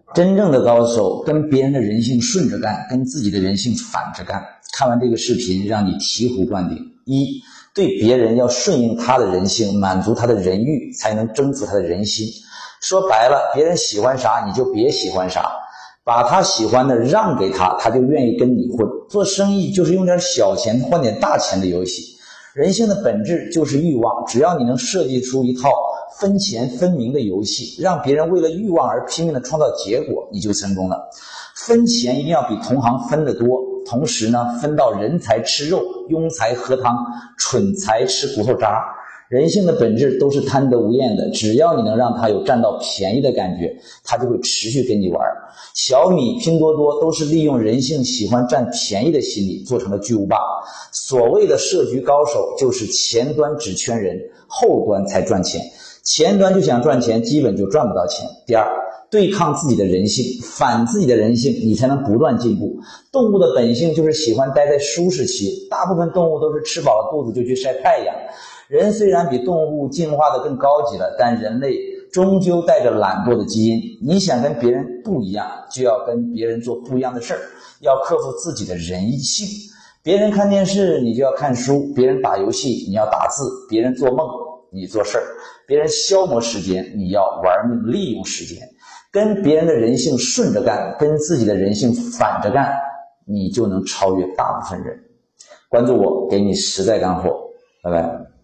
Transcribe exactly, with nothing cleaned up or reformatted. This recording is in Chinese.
真正的高手跟别人的人性顺着干，跟自己的人性反着干。看完这个视频，让你醍醐灌顶：一，对别人要顺应他的人性，满足他的人欲，才能征服他的人心。说白了，别人喜欢啥你就别喜欢啥，把他喜欢的让给他，他就愿意跟你混。做生意就是用点小钱换点大钱的游戏。人性的本质就是欲望，只要你能设计出一套分钱分明的游戏，让别人为了欲望而拼命的创造结果，你就成功了。分钱一定要比同行分得多，同时呢，分到人才吃肉，庸才喝汤，蠢才吃骨头渣。人性的本质都是贪得无厌的，只要你能让他有占到便宜的感觉，他就会持续跟你玩。小米、拼多多都是利用人性喜欢占便宜的心理做成了巨无霸。所谓的设局高手，就是前端只圈人，后端才赚钱。前端就想赚钱，基本就赚不到钱。第二，对抗自己的人性，反自己的人性，你才能不断进步。动物的本性就是喜欢待在舒适区，大部分动物都是吃饱了肚子就去晒太阳。人虽然比动物进化的更高级了，但人类终究带着懒惰的基因。你想跟别人不一样，就要跟别人做不一样的事儿，要克服自己的人性。别人看电视，你就要看书；别人打游戏，你要打字；别人做梦，你做事儿；别人消磨时间，你要玩命利用时间。跟别人的人性顺着干，跟自己的人性反着干，你就能超越大部分人。关注我，给你实在干货，拜拜。